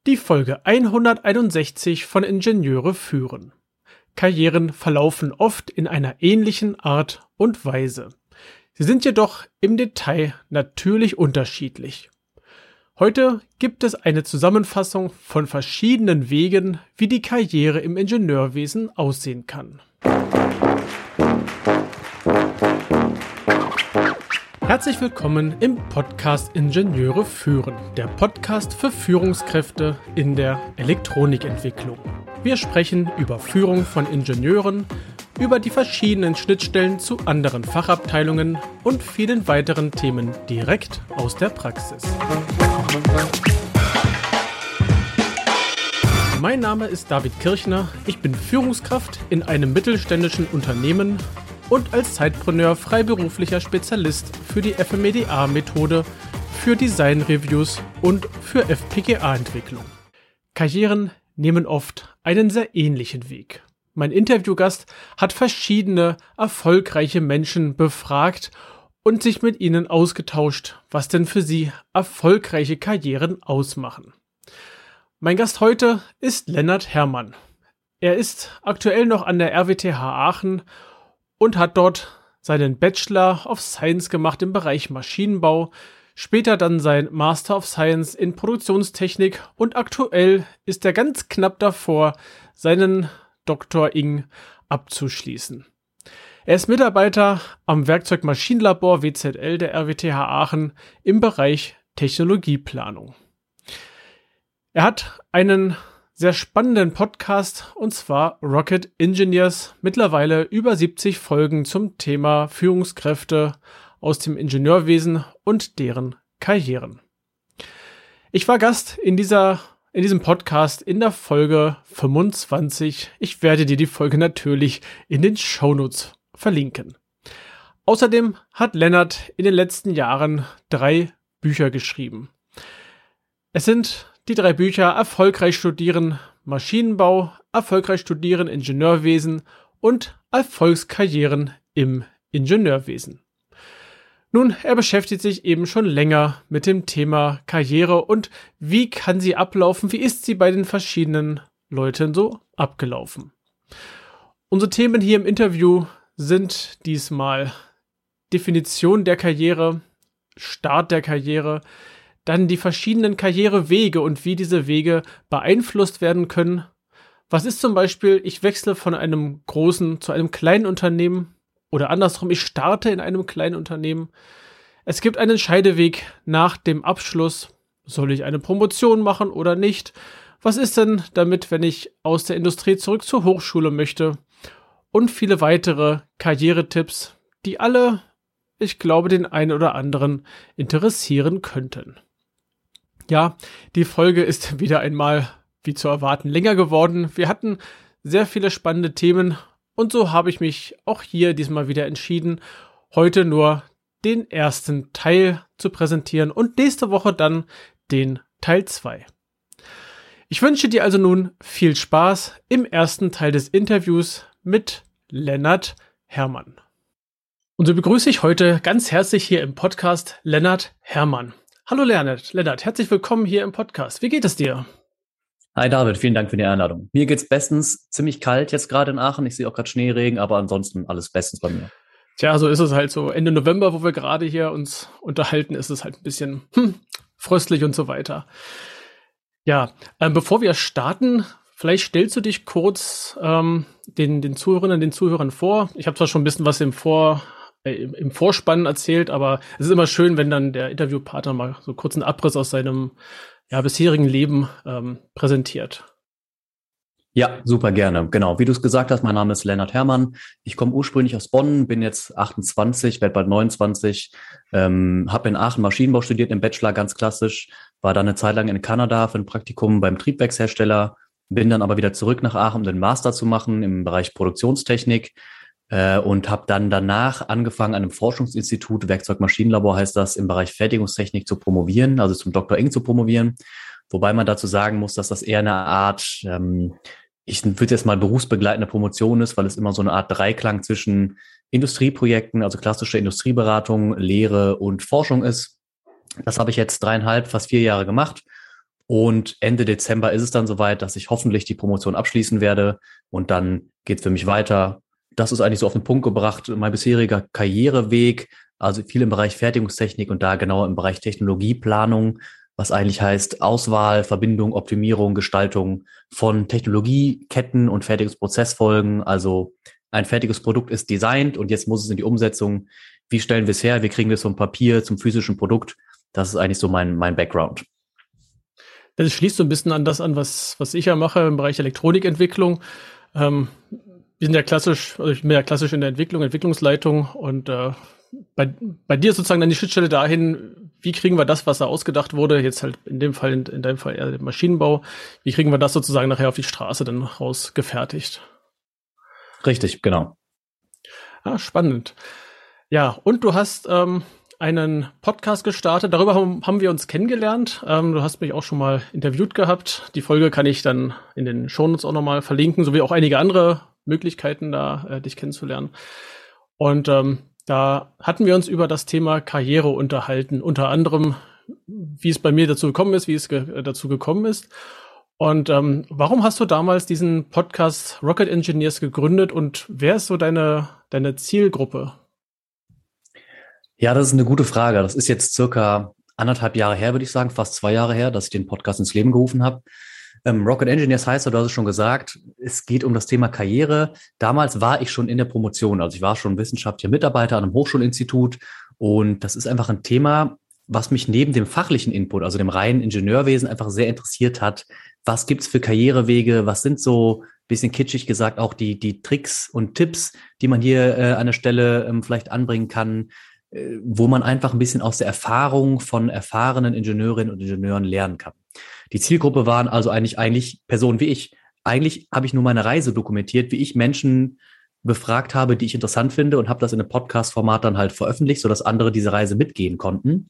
Die Folge 161 von Ingenieure führen. Karrieren verlaufen oft in einer ähnlichen Art und Weise. Sie sind jedoch im Detail natürlich unterschiedlich. Heute gibt es eine Zusammenfassung von verschiedenen Wegen, wie die Karriere im Ingenieurwesen aussehen kann. Herzlich willkommen im Podcast Ingenieure führen, der Podcast für Führungskräfte in der Elektronikentwicklung. Wir sprechen über Führung von Ingenieuren, über die verschiedenen Schnittstellen zu anderen Fachabteilungen und vielen weiteren Themen direkt aus der Praxis. Mein Name ist David Kirchner, ich bin Führungskraft in einem mittelständischen Unternehmen und als Zeitpreneur freiberuflicher Spezialist für die FMEDA-Methode, für Design-Reviews und für FPGA-Entwicklung. Karrieren nehmen oft einen sehr ähnlichen Weg. Mein Interviewgast hat verschiedene erfolgreiche Menschen befragt und sich mit ihnen ausgetauscht, was denn für sie erfolgreiche Karrieren ausmachen. Mein Gast heute ist Lennart Herrmann. Er ist aktuell noch an der RWTH Aachen und hat dort seinen Bachelor of Science gemacht im Bereich Maschinenbau, später dann sein Master of Science in Produktionstechnik und aktuell ist er ganz knapp davor, seinen Dr. Ing abzuschließen. Er ist Mitarbeiter am Werkzeugmaschinenlabor WZL der RWTH Aachen im Bereich Technologieplanung. Er hat einen sehr spannenden Podcast, und zwar Rocket Engineers, mittlerweile über 70 Folgen zum Thema Führungskräfte aus dem Ingenieurwesen und deren Karrieren. Ich war Gast in diesem Podcast in der Folge 25. Ich werde dir die Folge natürlich in den Shownotes verlinken. Außerdem hat Lennart in den letzten Jahren 3 Bücher geschrieben. Es sind die 3 Bücher Erfolgreich studieren Maschinenbau, Erfolgreich studieren Ingenieurwesen und Erfolgskarrieren im Ingenieurwesen. Nun, er beschäftigt sich eben schon länger mit dem Thema Karriere und wie kann sie ablaufen, wie ist sie bei den verschiedenen Leuten so abgelaufen. Unsere Themen hier im Interview sind diesmal Definition der Karriere, Start der Karriere, dann die verschiedenen Karrierewege und wie diese Wege beeinflusst werden können. Was ist zum Beispiel, ich wechsle von einem großen zu einem kleinen Unternehmen oder andersrum, ich starte in einem kleinen Unternehmen. Es gibt einen Scheideweg nach dem Abschluss. Soll ich eine Promotion machen oder nicht? Was ist denn damit, wenn ich aus der Industrie zurück zur Hochschule möchte? Und viele weitere Karrieretipps, die alle, ich glaube, den einen oder anderen interessieren könnten. Ja, die Folge ist wieder einmal, wie zu erwarten, länger geworden. Wir hatten sehr viele spannende Themen und so habe ich mich auch hier diesmal wieder entschieden, heute nur den ersten Teil zu präsentieren und nächste Woche dann den Teil 2. Ich wünsche dir also nun viel Spaß im ersten Teil des Interviews mit Lennart Herrmann. Und so begrüße ich heute ganz herzlich hier im Podcast Lennart Herrmann. Hallo Lennart, herzlich willkommen hier im Podcast. Wie geht es dir? Hi David, vielen Dank für die Einladung. Mir geht's bestens, ziemlich kalt jetzt gerade in Aachen. Ich sehe auch gerade Schneeregen, aber ansonsten alles bestens bei mir. Tja, so ist es halt so. Ende November, wo wir gerade hier uns unterhalten, ist es halt ein bisschen fröstlich und so weiter. Ja, bevor wir starten, vielleicht stellst du dich kurz den Zuhörerinnen und den Zuhörern vor. Ich habe zwar schon ein bisschen was im Vorspann erzählt, aber es ist immer schön, wenn dann der Interviewpartner mal so kurz einen Abriss aus seinem bisherigen Leben präsentiert. Ja, super gerne. Genau, wie du es gesagt hast, mein Name ist Lennart Herrmann. Ich komme ursprünglich aus Bonn, bin jetzt 28, werde bald 29, habe in Aachen Maschinenbau studiert, im Bachelor ganz klassisch, war dann eine Zeit lang in Kanada für ein Praktikum beim Triebwerkshersteller, bin dann aber wieder zurück nach Aachen, um den Master zu machen im Bereich Produktionstechnik. Und habe dann danach angefangen, an einem Forschungsinstitut, Werkzeugmaschinenlabor heißt das, im Bereich Fertigungstechnik zu promovieren, also zum Dr. Ing zu promovieren. Wobei man dazu sagen muss, dass das eher eine Art, ich würde jetzt mal berufsbegleitende Promotion ist, weil es immer so eine Art Dreiklang zwischen Industrieprojekten, also klassische Industrieberatung, Lehre und Forschung ist. Das habe ich jetzt 3,5, fast 4 Jahre gemacht Und Ende Dezember ist es dann soweit, dass ich hoffentlich die Promotion abschließen werde. Und dann geht es für mich weiter. Das ist eigentlich so auf den Punkt gebracht, mein bisheriger Karriereweg, also viel im Bereich Fertigungstechnik und da genau im Bereich Technologieplanung, was eigentlich heißt Auswahl, Verbindung, Optimierung, Gestaltung von Technologieketten und Fertigungsprozessfolgen. Also ein fertiges Produkt ist designt und jetzt muss es in die Umsetzung. Wie stellen wir es her? Wie kriegen wir es vom Papier zum physischen Produkt? Das ist eigentlich so mein Background. Das schließt so ein bisschen an das an, was ich ja mache im Bereich Elektronikentwicklung. Wir sind ja klassisch, also ich bin ja klassisch in der Entwicklungsleitung und bei dir sozusagen dann die Schnittstelle dahin, wie kriegen wir das, was da ausgedacht wurde, jetzt halt in dem Fall, in deinem Fall eher der Maschinenbau, wie kriegen wir das sozusagen nachher auf die Straße dann rausgefertigt? Richtig, genau. Ah, spannend. Ja, und du hast einen Podcast gestartet. Darüber haben wir uns kennengelernt. Du hast mich auch schon mal interviewt gehabt. Die Folge kann ich dann in den Shownotes auch nochmal verlinken, sowie auch einige andere Möglichkeiten, da dich kennenzulernen. Und da hatten wir uns über das Thema Karriere unterhalten, unter anderem, wie es bei mir dazu gekommen ist, wie es dazu gekommen ist. Und warum hast du damals diesen Podcast Rocket Engineers gegründet und wer ist so deine Zielgruppe? Ja, das ist eine gute Frage. Das ist jetzt circa 1,5 Jahre her, würde ich sagen, fast 2 Jahre her, dass ich den Podcast ins Leben gerufen habe. Rocket Engineers heißt, du hast es schon gesagt, es geht um das Thema Karriere. Damals war ich schon in der Promotion, also ich war schon wissenschaftlicher Mitarbeiter an einem Hochschulinstitut und das ist einfach ein Thema, was mich neben dem fachlichen Input, also dem reinen Ingenieurwesen, einfach sehr interessiert hat. Was gibt's für Karrierewege? Was sind so, bisschen kitschig gesagt, auch die Tricks und Tipps, die man hier an der Stelle vielleicht anbringen kann, wo man einfach ein bisschen aus der Erfahrung von erfahrenen Ingenieurinnen und Ingenieuren lernen kann. Die Zielgruppe waren also eigentlich Personen wie ich. Eigentlich habe ich nur meine Reise dokumentiert, wie ich Menschen befragt habe, die ich interessant finde und habe das in einem Podcast-Format dann halt veröffentlicht, sodass andere diese Reise mitgehen konnten.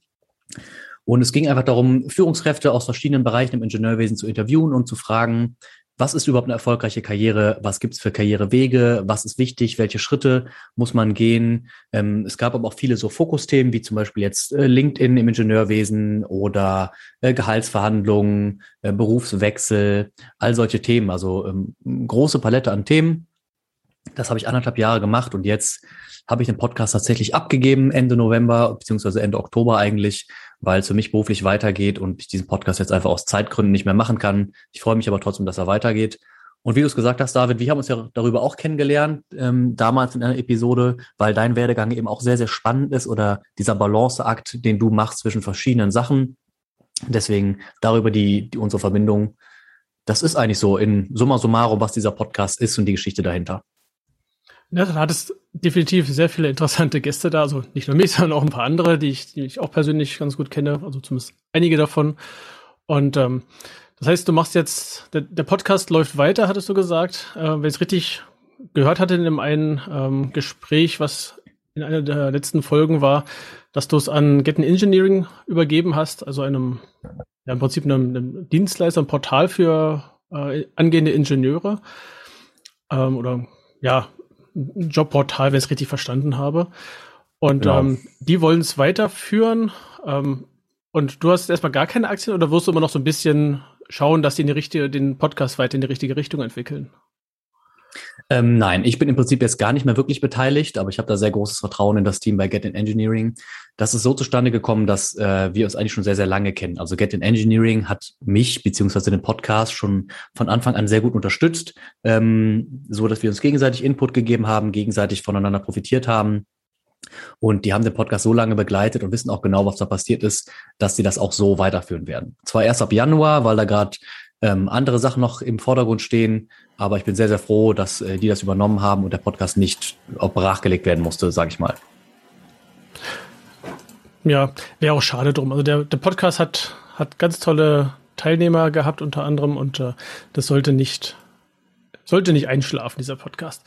Und es ging einfach darum, Führungskräfte aus verschiedenen Bereichen im Ingenieurwesen zu interviewen und zu fragen, was ist überhaupt eine erfolgreiche Karriere? Was gibt's für Karrierewege? Was ist wichtig? Welche Schritte muss man gehen? Es gab aber auch viele so Fokusthemen, wie zum Beispiel jetzt LinkedIn im Ingenieurwesen oder Gehaltsverhandlungen, Berufswechsel, all solche Themen. Also große Palette an Themen. Das habe ich 1,5 Jahre gemacht und jetzt habe ich den Podcast tatsächlich abgegeben, Ende November, beziehungsweise Ende Oktober eigentlich, weil es für mich beruflich weitergeht und ich diesen Podcast jetzt einfach aus Zeitgründen nicht mehr machen kann. Ich freue mich aber trotzdem, dass er weitergeht. Und wie du es gesagt hast, David, wir haben uns ja darüber auch kennengelernt, damals in einer Episode, weil dein Werdegang eben auch sehr, sehr spannend ist oder dieser Balanceakt, den du machst zwischen verschiedenen Sachen. Deswegen darüber unsere Verbindung. Das ist eigentlich so in summa summarum, was dieser Podcast ist und die Geschichte dahinter. Ja, du hattest definitiv sehr viele interessante Gäste da, also nicht nur mich, sondern auch ein paar andere, die ich auch persönlich ganz gut kenne, also zumindest einige davon. Und das heißt, du machst jetzt, der Podcast läuft weiter, hattest du gesagt. Wenn ich es richtig gehört hatte in dem einen Gespräch, was in einer der letzten Folgen war, dass du es an Get Engineering übergeben hast, also im Prinzip einem Dienstleister, ein Portal für angehende Ingenieure oder ja, ein Jobportal, wenn ich es richtig verstanden habe. Und genau. Die wollen es weiterführen. Und du hast erstmal gar keine Aktien oder wirst du immer noch so ein bisschen schauen, dass die den Podcast weiter in die richtige Richtung entwickeln? Nein, ich bin im Prinzip jetzt gar nicht mehr wirklich beteiligt, aber ich habe da sehr großes Vertrauen in das Team bei Get Engineering. Das ist so zustande gekommen, dass wir uns eigentlich schon sehr, sehr lange kennen. Also Get Engineering hat mich beziehungsweise den Podcast schon von Anfang an sehr gut unterstützt, so dass wir uns gegenseitig Input gegeben haben, gegenseitig voneinander profitiert haben. Und die haben den Podcast so lange begleitet und wissen auch genau, was da passiert ist, dass sie das auch so weiterführen werden. Zwar erst ab Januar, weil da gerade andere Sachen noch im Vordergrund stehen, aber ich bin sehr, sehr froh, dass die das übernommen haben und der Podcast nicht brachgelegt werden musste, sage ich mal. Ja, wäre auch schade drum. Also der Podcast hat ganz tolle Teilnehmer gehabt unter anderem und das sollte nicht einschlafen, dieser Podcast.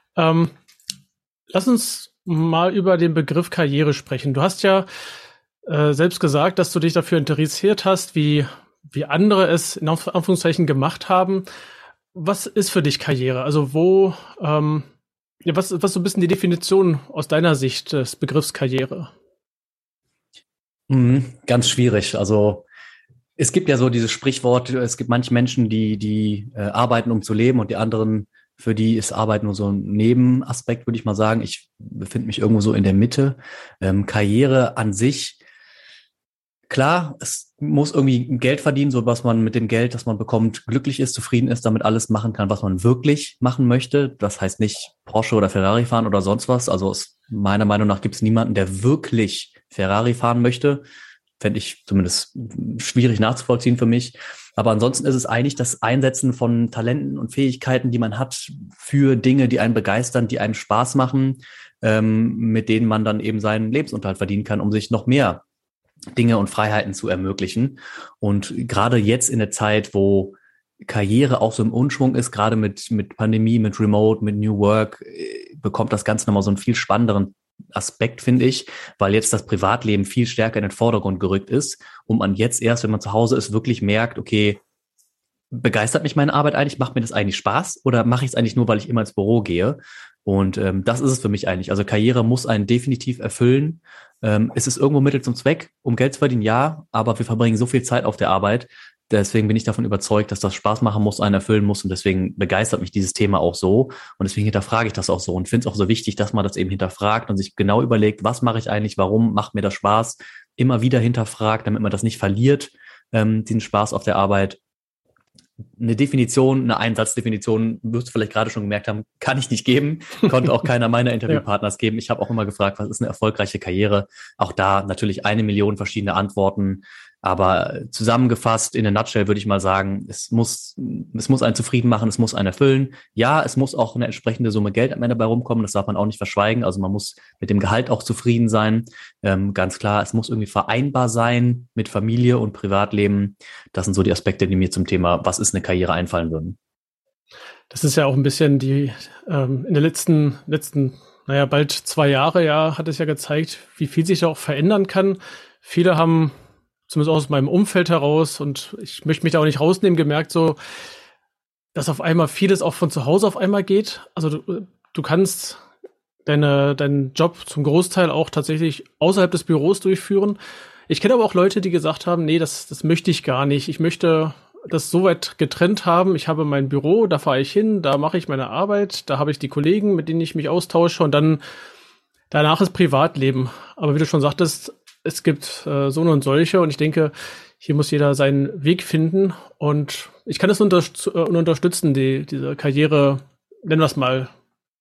Lass uns mal über den Begriff Karriere sprechen. Du hast ja selbst gesagt, dass du dich dafür interessiert hast, wie andere es in Anführungszeichen gemacht haben. Was ist für dich Karriere? Also was ist so ein bisschen die Definition aus deiner Sicht des Begriffs Karriere? Ganz schwierig. Also Es gibt ja so dieses Sprichwort, es gibt manche Menschen, die arbeiten, um zu leben, und die anderen, für die ist Arbeit nur so ein Nebenaspekt, würde ich mal sagen. Ich befinde mich irgendwo so in der Mitte. Karriere an sich, klar, es muss irgendwie Geld verdienen, so was man mit dem Geld, das man bekommt, glücklich ist, zufrieden ist, damit alles machen kann, was man wirklich machen möchte. Das heißt nicht Porsche oder Ferrari fahren oder sonst was. Also meiner Meinung nach gibt es niemanden, der wirklich Ferrari fahren möchte. Fände ich zumindest schwierig nachzuvollziehen für mich. Aber ansonsten ist es eigentlich das Einsetzen von Talenten und Fähigkeiten, die man hat für Dinge, die einen begeistern, die einem Spaß machen, mit denen man dann eben seinen Lebensunterhalt verdienen kann, um sich noch mehr Dinge und Freiheiten zu ermöglichen. Und gerade jetzt in der Zeit, wo Karriere auch so im Unschwung ist, gerade mit Pandemie, mit Remote, mit New Work, bekommt das Ganze nochmal so einen viel spannenderen Aspekt, finde ich, weil jetzt das Privatleben viel stärker in den Vordergrund gerückt ist und man jetzt erst, wenn man zu Hause ist, wirklich merkt, okay, begeistert mich meine Arbeit eigentlich? Macht mir das eigentlich Spaß oder mache ich es eigentlich nur, weil ich immer ins Büro gehe? Und das ist es für mich eigentlich. Also Karriere muss einen definitiv erfüllen. Es ist irgendwo Mittel zum Zweck, um Geld zu verdienen, ja, aber wir verbringen so viel Zeit auf der Arbeit. Deswegen bin ich davon überzeugt, dass das Spaß machen muss, einen erfüllen muss, und deswegen begeistert mich dieses Thema auch so und deswegen hinterfrage ich das auch so und finde es auch so wichtig, dass man das eben hinterfragt und sich genau überlegt, was mache ich eigentlich, warum macht mir das Spaß, immer wieder hinterfragt, damit man das nicht verliert, diesen Spaß auf der Arbeit. Eine Definition, eine Einsatzdefinition, wirst du vielleicht gerade schon gemerkt haben, kann ich nicht geben, konnte auch keiner meiner Interviewpartners geben. Ich habe auch immer gefragt, was ist eine erfolgreiche Karriere? Auch da natürlich 1 Million verschiedene Antworten. Aber zusammengefasst, in a nutshell würde ich mal sagen, es muss einen zufrieden machen, es muss einen erfüllen. Ja, es muss auch eine entsprechende Summe Geld am Ende dabei rumkommen, das darf man auch nicht verschweigen. Also man muss mit dem Gehalt auch zufrieden sein. Ganz klar, es muss irgendwie vereinbar sein mit Familie und Privatleben. Das sind so die Aspekte, die mir zum Thema, was ist eine Karriere, einfallen würden. Das ist ja auch ein bisschen in den letzten, bald 2 Jahre, ja, hat es ja gezeigt, wie viel sich da auch verändern kann. Viele haben, zumindest aus meinem Umfeld heraus, und ich möchte mich da auch nicht rausnehmen, gemerkt so, dass auf einmal vieles auch von zu Hause auf einmal geht. Also du kannst deinen Job zum Großteil auch tatsächlich außerhalb des Büros durchführen. Ich kenne aber auch Leute, die gesagt haben, nee, das möchte ich gar nicht. Ich möchte das so weit getrennt haben. Ich habe mein Büro, da fahre ich hin, da mache ich meine Arbeit, da habe ich die Kollegen, mit denen ich mich austausche, und dann danach ist Privatleben. Aber wie du schon sagtest, es gibt so und solche, und ich denke, hier muss jeder seinen Weg finden, und ich kann es unterstützen, diese Karriere, nennen wir es mal,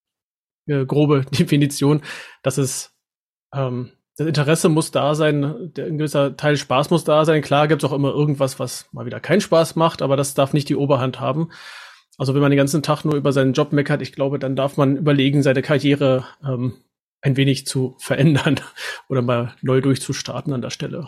grobe Definition, dass es das Interesse muss da sein, ein gewisser Teil Spaß muss da sein. Klar gibt es auch immer irgendwas, was mal wieder keinen Spaß macht, aber das darf nicht die Oberhand haben. Also wenn man den ganzen Tag nur über seinen Job meckert, ich glaube, dann darf man überlegen, seine Karriere ein wenig zu verändern oder mal neu durchzustarten an der Stelle.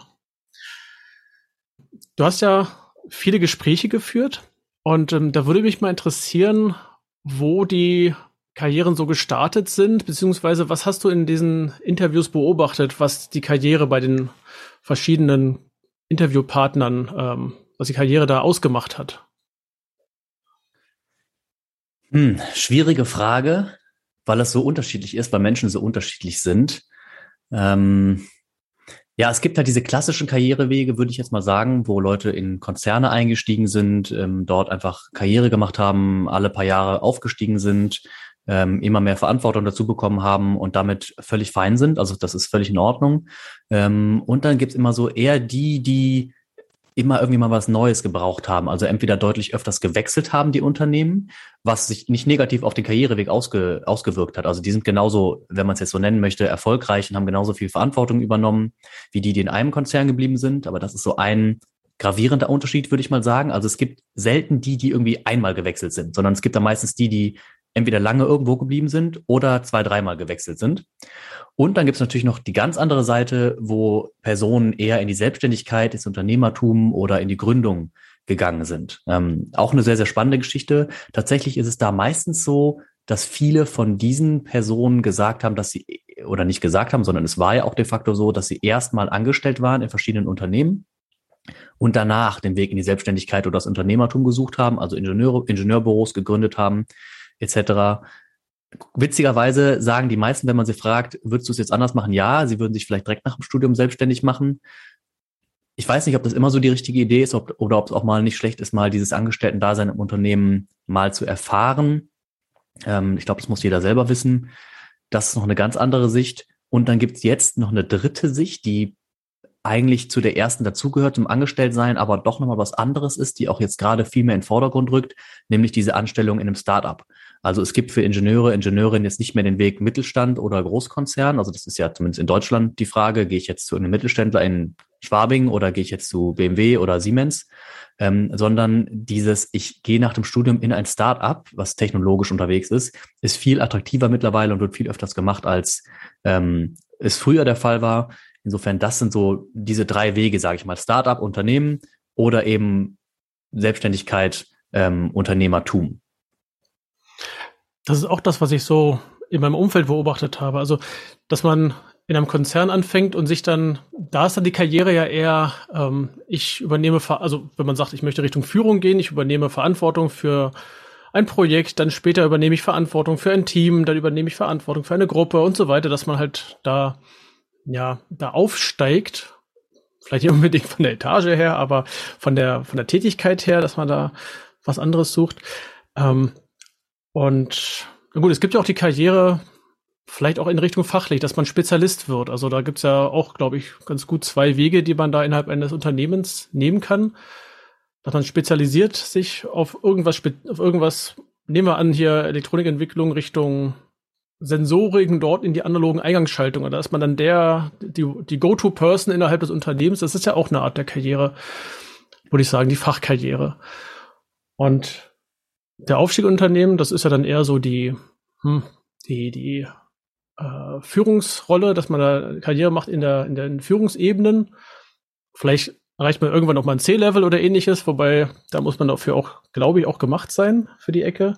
Du hast ja viele Gespräche geführt, und da würde mich mal interessieren, wo die Karrieren so gestartet sind, beziehungsweise was hast du in diesen Interviews beobachtet, was die Karriere bei den verschiedenen Interviewpartnern, was die Karriere da ausgemacht hat? Schwierige Frage, weil es so unterschiedlich ist, weil Menschen so unterschiedlich sind. Ja, es gibt halt diese klassischen Karrierewege, würde ich jetzt mal sagen, wo Leute in Konzerne eingestiegen sind, dort einfach Karriere gemacht haben, alle paar Jahre aufgestiegen sind, immer mehr Verantwortung dazu bekommen haben und damit völlig fein sind. Also das ist völlig in Ordnung. Und dann gibt's immer so eher die immer irgendwie mal was Neues gebraucht haben. Also entweder deutlich öfters gewechselt haben, die Unternehmen, was sich nicht negativ auf den Karriereweg ausgewirkt hat. Also die sind genauso, wenn man es jetzt so nennen möchte, erfolgreich und haben genauso viel Verantwortung übernommen, wie die in einem Konzern geblieben sind. Aber das ist so ein gravierender Unterschied, würde ich mal sagen. Also es gibt selten die irgendwie einmal gewechselt sind, sondern es gibt da meistens die entweder lange irgendwo geblieben sind oder 2-, 3-mal gewechselt sind. Und dann gibt es natürlich noch die ganz andere Seite, wo Personen eher in die Selbstständigkeit, ins Unternehmertum oder in die Gründung gegangen sind. Auch eine sehr, sehr spannende Geschichte. Tatsächlich ist es da meistens so, dass viele von diesen Personen gesagt haben, dass sie, oder nicht gesagt haben, sondern es war ja auch de facto so, dass sie erstmal angestellt waren in verschiedenen Unternehmen und danach den Weg in die Selbstständigkeit oder das Unternehmertum gesucht haben, also Ingenieurbüros gegründet haben, etc. Witzigerweise sagen die meisten, wenn man sie fragt, würdest du es jetzt anders machen? Ja, sie würden sich vielleicht direkt nach dem Studium selbstständig machen. Ich weiß nicht, ob das immer so die richtige Idee ist oder ob es auch mal nicht schlecht ist, mal dieses Angestellten-Dasein im Unternehmen mal zu erfahren. Ich glaube, das muss jeder selber wissen. Das ist noch eine ganz andere Sicht. Und dann gibt es jetzt noch eine dritte Sicht, die eigentlich zu der ersten dazugehört, zum Angestelltsein, aber doch nochmal was anderes ist, die auch jetzt gerade viel mehr in den Vordergrund rückt, nämlich diese Anstellung in einem Startup. Also es gibt für Ingenieure, Ingenieurinnen jetzt nicht mehr den Weg Mittelstand oder Großkonzern. Also das ist ja zumindest in Deutschland die Frage, gehe ich jetzt zu einem Mittelständler in Schwabing oder gehe ich jetzt zu BMW oder Siemens, sondern ich gehe nach dem Studium in ein Start-up, was technologisch unterwegs ist viel attraktiver mittlerweile und wird viel öfters gemacht, als es früher der Fall war. Insofern, das sind so diese 3 Wege, sage ich mal, Start-up, Unternehmen oder eben Selbstständigkeit, Unternehmertum. Das ist auch das, was ich so in meinem Umfeld beobachtet habe. Also, dass man in einem Konzern anfängt und sich dann, da ist dann die Karriere ja eher, ich übernehme, also wenn man sagt, ich möchte Richtung Führung gehen, ich übernehme Verantwortung für ein Projekt, dann später übernehme ich Verantwortung für ein Team, dann übernehme ich Verantwortung für eine Gruppe und so weiter, dass man halt da aufsteigt, vielleicht nicht unbedingt von der Etage her, aber von der Tätigkeit her, dass man da was anderes sucht. Und na gut, es gibt ja auch die Karriere, vielleicht auch in Richtung fachlich, dass man Spezialist wird. Also da gibt's ja auch, glaube ich, ganz gut 2 Wege, die man da innerhalb eines Unternehmens nehmen kann. Dass man spezialisiert sich auf irgendwas, nehmen wir an, hier Elektronikentwicklung Richtung Sensoriken dort in die analogen Eingangsschaltungen. Da ist man dann die Go-To-Person innerhalb des Unternehmens. Das ist ja auch eine Art der Karriere, würde ich sagen, die Fachkarriere. Und der Aufstieg in Unternehmen, das ist ja dann eher so die Führungsrolle, dass man da Karriere macht in den Führungsebenen. Vielleicht erreicht man irgendwann noch mal ein C-Level oder ähnliches, wobei da muss man dafür auch, glaube ich, auch gemacht sein für die Ecke.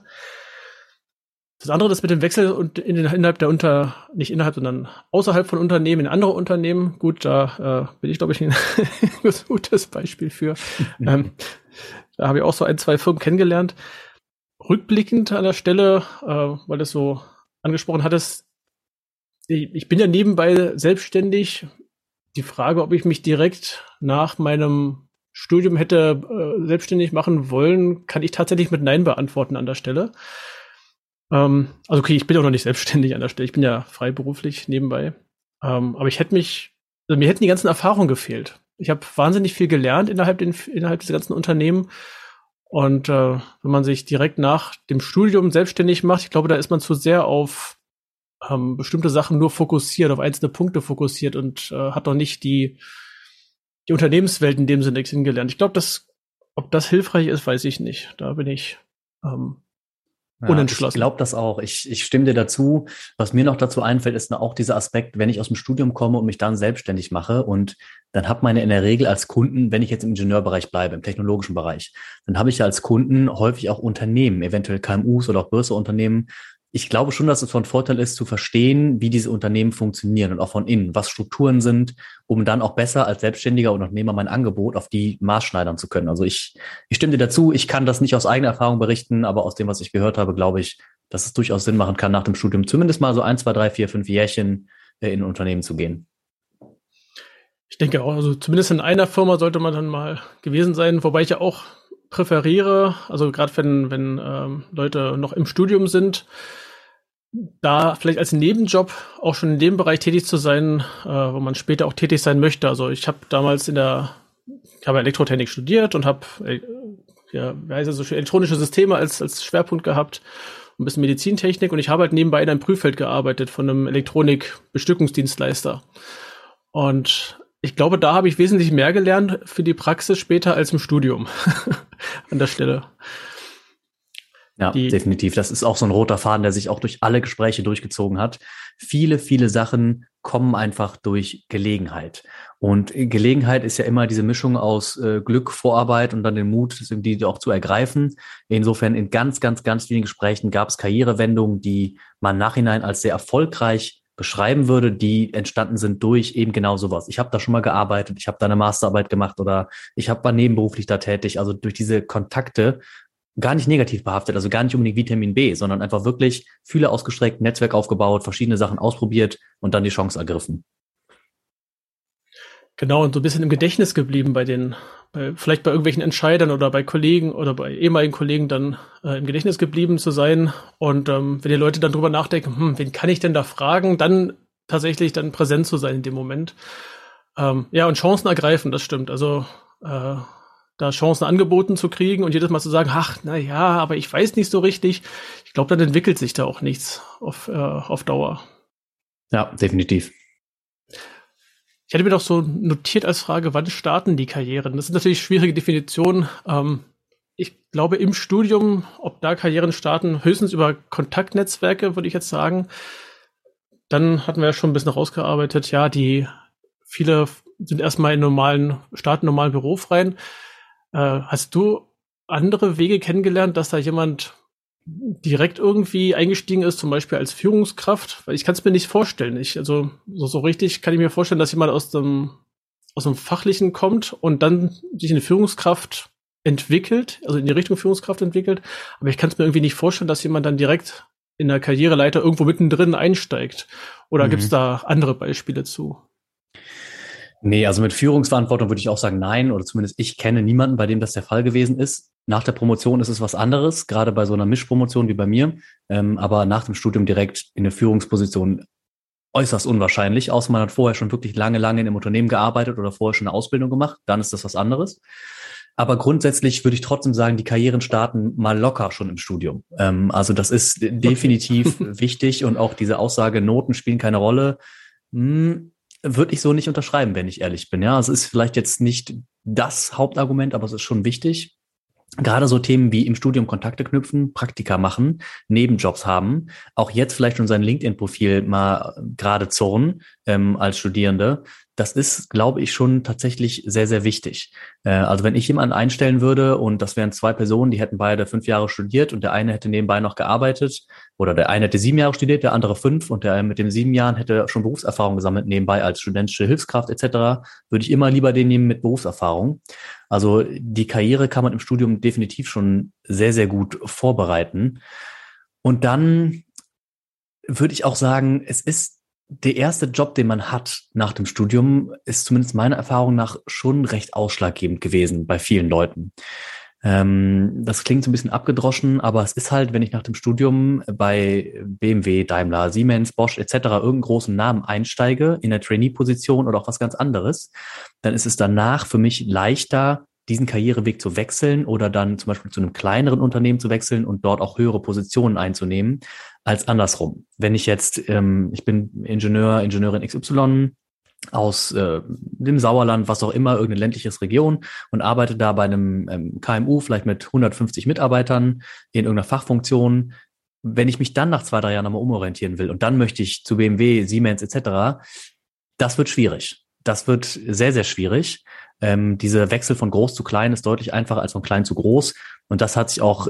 Das andere, das mit dem Wechsel und nicht innerhalb, sondern außerhalb von Unternehmen, in andere Unternehmen. Gut, da bin ich, glaube ich, ein gutes Beispiel für. Da habe ich auch so 1, 2 Firmen kennengelernt. Rückblickend an der Stelle, weil du es so angesprochen hattest, ich bin ja nebenbei selbstständig. Die Frage, ob ich mich direkt nach meinem Studium hätte selbstständig machen wollen, kann ich tatsächlich mit Nein beantworten an der Stelle. Also okay, ich bin auch noch nicht selbstständig an der Stelle. Ich bin ja freiberuflich nebenbei. Aber mir hätten die ganzen Erfahrungen gefehlt. Ich habe wahnsinnig viel gelernt innerhalb dieser ganzen Unternehmen. Und wenn man sich direkt nach dem Studium selbstständig macht, ich glaube, da ist man zu sehr auf bestimmte Sachen nur fokussiert, auf einzelne Punkte fokussiert und hat noch nicht die Unternehmenswelt in dem Sinne kennengelernt. Ich glaube, ob das hilfreich ist, weiß ich nicht. Da bin ich unentschlossen. Ich glaube das auch. Ich stimme dir dazu. Was mir noch dazu einfällt, ist auch dieser Aspekt, wenn ich aus dem Studium komme und mich dann selbstständig mache und dann hat man in der Regel als Kunden, wenn ich jetzt im Ingenieurbereich bleibe, im technologischen Bereich, dann habe ich ja als Kunden häufig auch Unternehmen, eventuell KMUs oder auch größere Unternehmen. Ich glaube schon, dass es von Vorteil ist, zu verstehen, wie diese Unternehmen funktionieren und auch von innen, was Strukturen sind, um dann auch besser als Selbstständiger und Unternehmer mein Angebot auf die maßschneidern zu können. Also ich stimme dir dazu, ich kann das nicht aus eigener Erfahrung berichten, aber aus dem, was ich gehört habe, glaube ich, dass es durchaus Sinn machen kann, nach dem Studium zumindest mal so 1, 2, 3, 4, 5 Jährchen in ein Unternehmen zu gehen. Ich denke auch, also zumindest in einer Firma sollte man dann mal gewesen sein, wobei ich ja auch präferiere, also gerade wenn Leute noch im Studium sind, da vielleicht als Nebenjob auch schon in dem Bereich tätig zu sein, wo man später auch tätig sein möchte. Also ich habe damals ich habe Elektrotechnik studiert und habe elektronische Systeme als Schwerpunkt gehabt, ein bisschen Medizintechnik und ich habe halt nebenbei in einem Prüffeld gearbeitet von einem Elektronikbestückungsdienstleister. Und ich glaube, da habe ich wesentlich mehr gelernt für die Praxis später als im Studium an der Stelle. Ja, definitiv. Das ist auch so ein roter Faden, der sich auch durch alle Gespräche durchgezogen hat. Viele, viele Sachen kommen einfach durch Gelegenheit. Und Gelegenheit ist ja immer diese Mischung aus Glück, Vorarbeit und dann den Mut, die auch zu ergreifen. Insofern in ganz, ganz, ganz vielen Gesprächen gab es Karrierewendungen, die man im Nachhinein als sehr erfolgreich beschreiben würde, die entstanden sind durch eben genau sowas. Ich habe da schon mal gearbeitet, ich habe da eine Masterarbeit gemacht oder war nebenberuflich da tätig. Also durch diese Kontakte, gar nicht negativ behaftet, also gar nicht unbedingt Vitamin B, sondern einfach wirklich Fühler ausgestreckt, Netzwerk aufgebaut, verschiedene Sachen ausprobiert und dann die Chance ergriffen. Genau, und so ein bisschen im Gedächtnis geblieben vielleicht bei irgendwelchen Entscheidern oder bei Kollegen oder bei ehemaligen Kollegen dann im Gedächtnis geblieben zu sein. Und wenn die Leute dann drüber nachdenken, wen kann ich denn da fragen, dann tatsächlich dann präsent zu sein in dem Moment. Ja, und Chancen ergreifen, das stimmt. Also da Chancen angeboten zu kriegen und jedes Mal zu sagen, ach, na ja, aber ich weiß nicht so richtig. Ich glaube, dann entwickelt sich da auch nichts auf Dauer. Ja, definitiv. Ich hatte mir doch so notiert als Frage, wann starten die Karrieren? Das ist natürlich schwierige Definition. Ich glaube, im Studium, ob da Karrieren starten, höchstens über Kontaktnetzwerke, würde ich jetzt sagen. Dann hatten wir ja schon ein bisschen rausgearbeitet, ja, viele sind erstmal starten normalen Beruf rein. Hast du andere Wege kennengelernt, dass da jemand direkt irgendwie eingestiegen ist, zum Beispiel als Führungskraft? Weil ich kann es mir nicht vorstellen. So richtig kann ich mir vorstellen, dass jemand aus dem Fachlichen kommt und dann sich in die Führungskraft entwickelt, also in die Richtung Führungskraft entwickelt. Aber ich kann es mir irgendwie nicht vorstellen, dass jemand dann direkt in der Karriereleiter irgendwo mittendrin einsteigt. Oder gibt es da andere Beispiele zu? Nee, also mit Führungsverantwortung würde ich auch sagen, nein, oder zumindest ich kenne niemanden, bei dem das der Fall gewesen ist. Nach der Promotion ist es was anderes, gerade bei so einer Mischpromotion wie bei mir. Aber nach dem Studium direkt in eine Führungsposition äußerst unwahrscheinlich, außer man hat vorher schon wirklich lange in einem Unternehmen gearbeitet oder vorher schon eine Ausbildung gemacht, dann ist das was anderes. Aber grundsätzlich würde ich trotzdem sagen, die Karrieren starten mal locker schon im Studium. Also das ist definitiv wichtig und auch diese Aussage, Noten spielen keine Rolle, würde ich so nicht unterschreiben, wenn ich ehrlich bin. Ja, es ist vielleicht jetzt nicht das Hauptargument, aber es ist schon wichtig. Gerade so Themen wie im Studium Kontakte knüpfen, Praktika machen, Nebenjobs haben, auch jetzt vielleicht schon sein LinkedIn-Profil mal gerade zurren als Studierende. Das ist, glaube ich, schon tatsächlich sehr, sehr wichtig. Also wenn ich jemanden einstellen würde und das wären 2 Personen, die hätten beide 5 Jahre studiert und der eine hätte nebenbei noch gearbeitet oder der eine hätte 7 Jahre studiert, der andere 5 und der mit den 7 Jahren hätte schon Berufserfahrung gesammelt nebenbei als studentische Hilfskraft etc., würde ich immer lieber den nehmen mit Berufserfahrung. Also die Karriere kann man im Studium definitiv schon sehr, sehr gut vorbereiten. Und dann würde ich auch sagen, es ist der erste Job, den man hat nach dem Studium, ist zumindest meiner Erfahrung nach schon recht ausschlaggebend gewesen bei vielen Leuten. Das klingt so ein bisschen abgedroschen, aber es ist halt, wenn ich nach dem Studium bei BMW, Daimler, Siemens, Bosch etc. irgendeinen großen Namen einsteige, in der Trainee-Position oder auch was ganz anderes, dann ist es danach für mich leichter, diesen Karriereweg zu wechseln oder dann zum Beispiel zu einem kleineren Unternehmen zu wechseln und dort auch höhere Positionen einzunehmen, als andersrum. Wenn ich jetzt, ich bin Ingenieurin XY aus dem Sauerland, was auch immer, irgendeine ländliche Region und arbeite da bei einem KMU, vielleicht mit 150 Mitarbeitern in irgendeiner Fachfunktion. Wenn ich mich dann nach 2, 3 Jahren nochmal umorientieren will und dann möchte ich zu BMW, Siemens etc., das wird schwierig. Das wird sehr, sehr schwierig. Dieser Wechsel von groß zu klein ist deutlich einfacher als von klein zu groß. Und das hat sich auch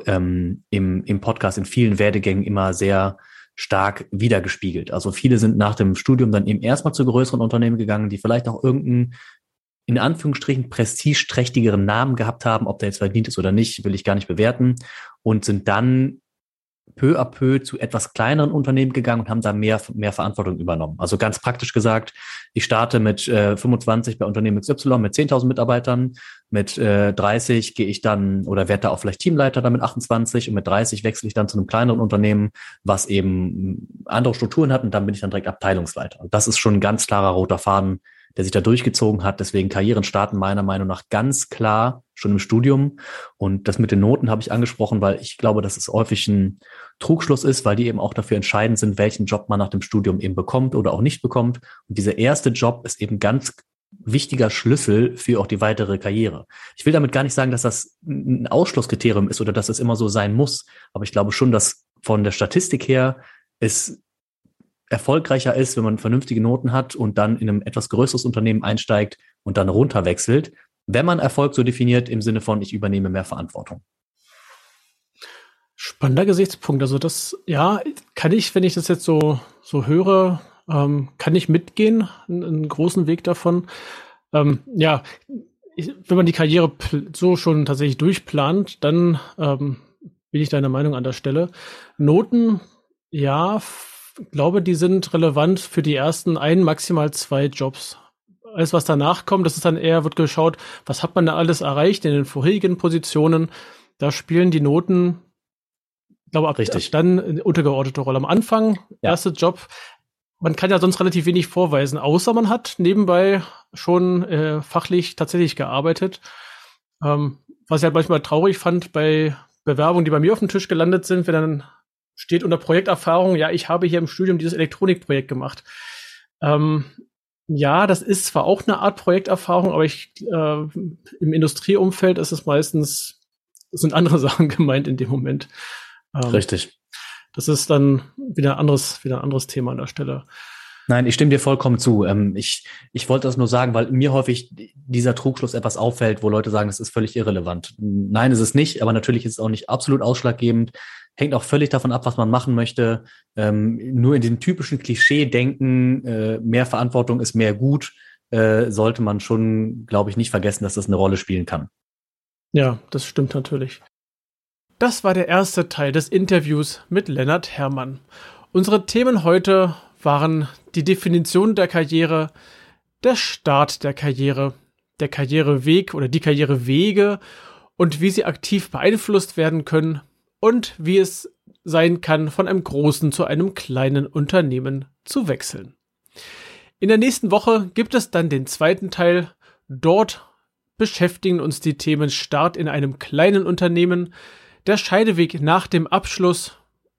im Podcast in vielen Werdegängen immer sehr stark wiedergespiegelt. Also viele sind nach dem Studium dann eben erstmal zu größeren Unternehmen gegangen, die vielleicht auch irgendeinen, in Anführungsstrichen, prestigeträchtigeren Namen gehabt haben. Ob der jetzt verdient ist oder nicht, will ich gar nicht bewerten. Und sind dann peu à peu zu etwas kleineren Unternehmen gegangen und haben da mehr Verantwortung übernommen. Also ganz praktisch gesagt, ich starte mit 25 bei Unternehmen XY mit 10.000 Mitarbeitern, mit 30 gehe ich dann oder werde da auch vielleicht Teamleiter dann mit 28 und mit 30 wechsle ich dann zu einem kleineren Unternehmen, was eben andere Strukturen hat und dann bin ich dann direkt Abteilungsleiter. Und das ist schon ein ganz klarer roter Faden, der sich da durchgezogen hat. Deswegen Karrieren starten meiner Meinung nach ganz klar schon im Studium. Und das mit den Noten habe ich angesprochen, weil ich glaube, dass es häufig ein Trugschluss ist, weil die eben auch dafür entscheidend sind, welchen Job man nach dem Studium eben bekommt oder auch nicht bekommt. Und dieser erste Job ist eben ganz wichtiger Schlüssel für auch die weitere Karriere. Ich will damit gar nicht sagen, dass das ein Ausschlusskriterium ist oder dass es immer so sein muss. Aber ich glaube schon, dass von der Statistik her es erfolgreicher ist, wenn man vernünftige Noten hat und dann in einem etwas größeres Unternehmen einsteigt und dann runterwechselt, wenn man Erfolg so definiert im Sinne von, ich übernehme mehr Verantwortung. Spannender Gesichtspunkt. Also das, ja, kann ich, wenn ich das jetzt so höre, kann ich mitgehen, einen großen Weg davon. Ja, wenn man die Karriere so schon tatsächlich durchplant, dann bin ich deiner Meinung an der Stelle. Noten, ja, glaube, die sind relevant für die ersten 1, maximal 2 Jobs. alles, was danach kommt, das ist dann eher, wird geschaut, was hat man da alles erreicht in den vorherigen Positionen. Da spielen die Noten, ich glaube, ab dann eine untergeordnete Rolle. Am Anfang, erster Job, man kann ja sonst relativ wenig vorweisen, außer man hat nebenbei schon fachlich tatsächlich gearbeitet. Was ich halt manchmal traurig fand bei Bewerbungen, die bei mir auf dem Tisch gelandet sind, wenn dann steht unter Projekterfahrung, ja, ich habe hier im Studium dieses Elektronikprojekt gemacht. Ja, das ist zwar auch eine Art Projekterfahrung, aber im Industrieumfeld ist es meistens, sind andere Sachen gemeint in dem Moment. Richtig. Das ist dann wieder ein anderes Thema an der Stelle. Nein, ich stimme dir vollkommen zu. Ich wollte das nur sagen, weil mir häufig dieser Trugschluss etwas auffällt, wo Leute sagen, das ist völlig irrelevant. Nein, ist es nicht, aber natürlich ist es auch nicht absolut ausschlaggebend. Hängt auch völlig davon ab, was man machen möchte. Nur in den typischen Klischee-Denken, mehr Verantwortung ist mehr gut, sollte man schon, glaube ich, nicht vergessen, dass das eine Rolle spielen kann. Ja, das stimmt natürlich. Das war der erste Teil des Interviews mit Lennart Herrmann. Unsere Themen heute waren die Definition der Karriere, der Start der Karriere, der Karriereweg oder die Karrierewege und wie sie aktiv beeinflusst werden können und wie es sein kann, von einem großen zu einem kleinen Unternehmen zu wechseln. In der nächsten Woche gibt es dann den zweiten Teil. Dort beschäftigen uns die Themen Start in einem kleinen Unternehmen, der Scheideweg nach dem Abschluss,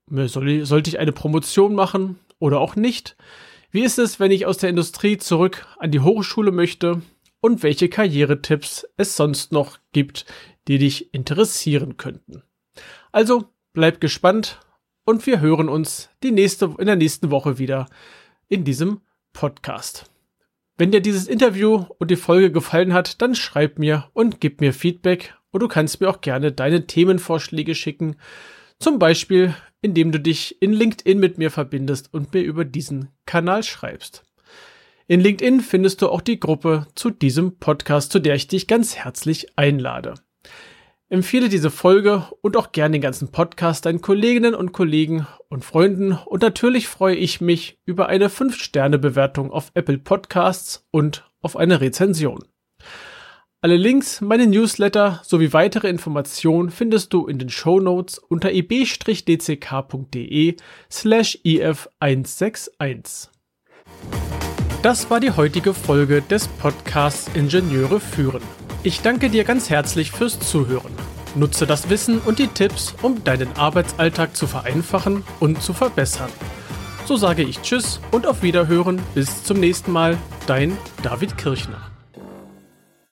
sollte ich eine Promotion machen oder auch nicht? Wie ist es, wenn ich aus der Industrie zurück an die Hochschule möchte? Und welche Karrieretipps es sonst noch gibt, die dich interessieren könnten. Also bleib gespannt und wir hören uns in der nächsten Woche wieder in diesem Podcast. Wenn dir dieses Interview und die Folge gefallen hat, dann schreib mir und gib mir Feedback und du kannst mir auch gerne deine Themenvorschläge schicken, zum Beispiel indem du dich in LinkedIn mit mir verbindest und mir über diesen Kanal schreibst. In LinkedIn findest du auch die Gruppe zu diesem Podcast, zu der ich dich ganz herzlich einlade. Empfehle diese Folge und auch gerne den ganzen Podcast deinen Kolleginnen und Kollegen und Freunden und natürlich freue ich mich über eine 5-Sterne-Bewertung auf Apple Podcasts und auf eine Rezension. Alle Links, meine Newsletter sowie weitere Informationen findest du in den Shownotes unter ib-dck.de/if161. Das war die heutige Folge des Podcasts Ingenieure führen. Ich danke dir ganz herzlich fürs Zuhören. Nutze das Wissen und die Tipps, um deinen Arbeitsalltag zu vereinfachen und zu verbessern. So sage ich Tschüss und auf Wiederhören. Bis zum nächsten Mal. Dein David Kirchner.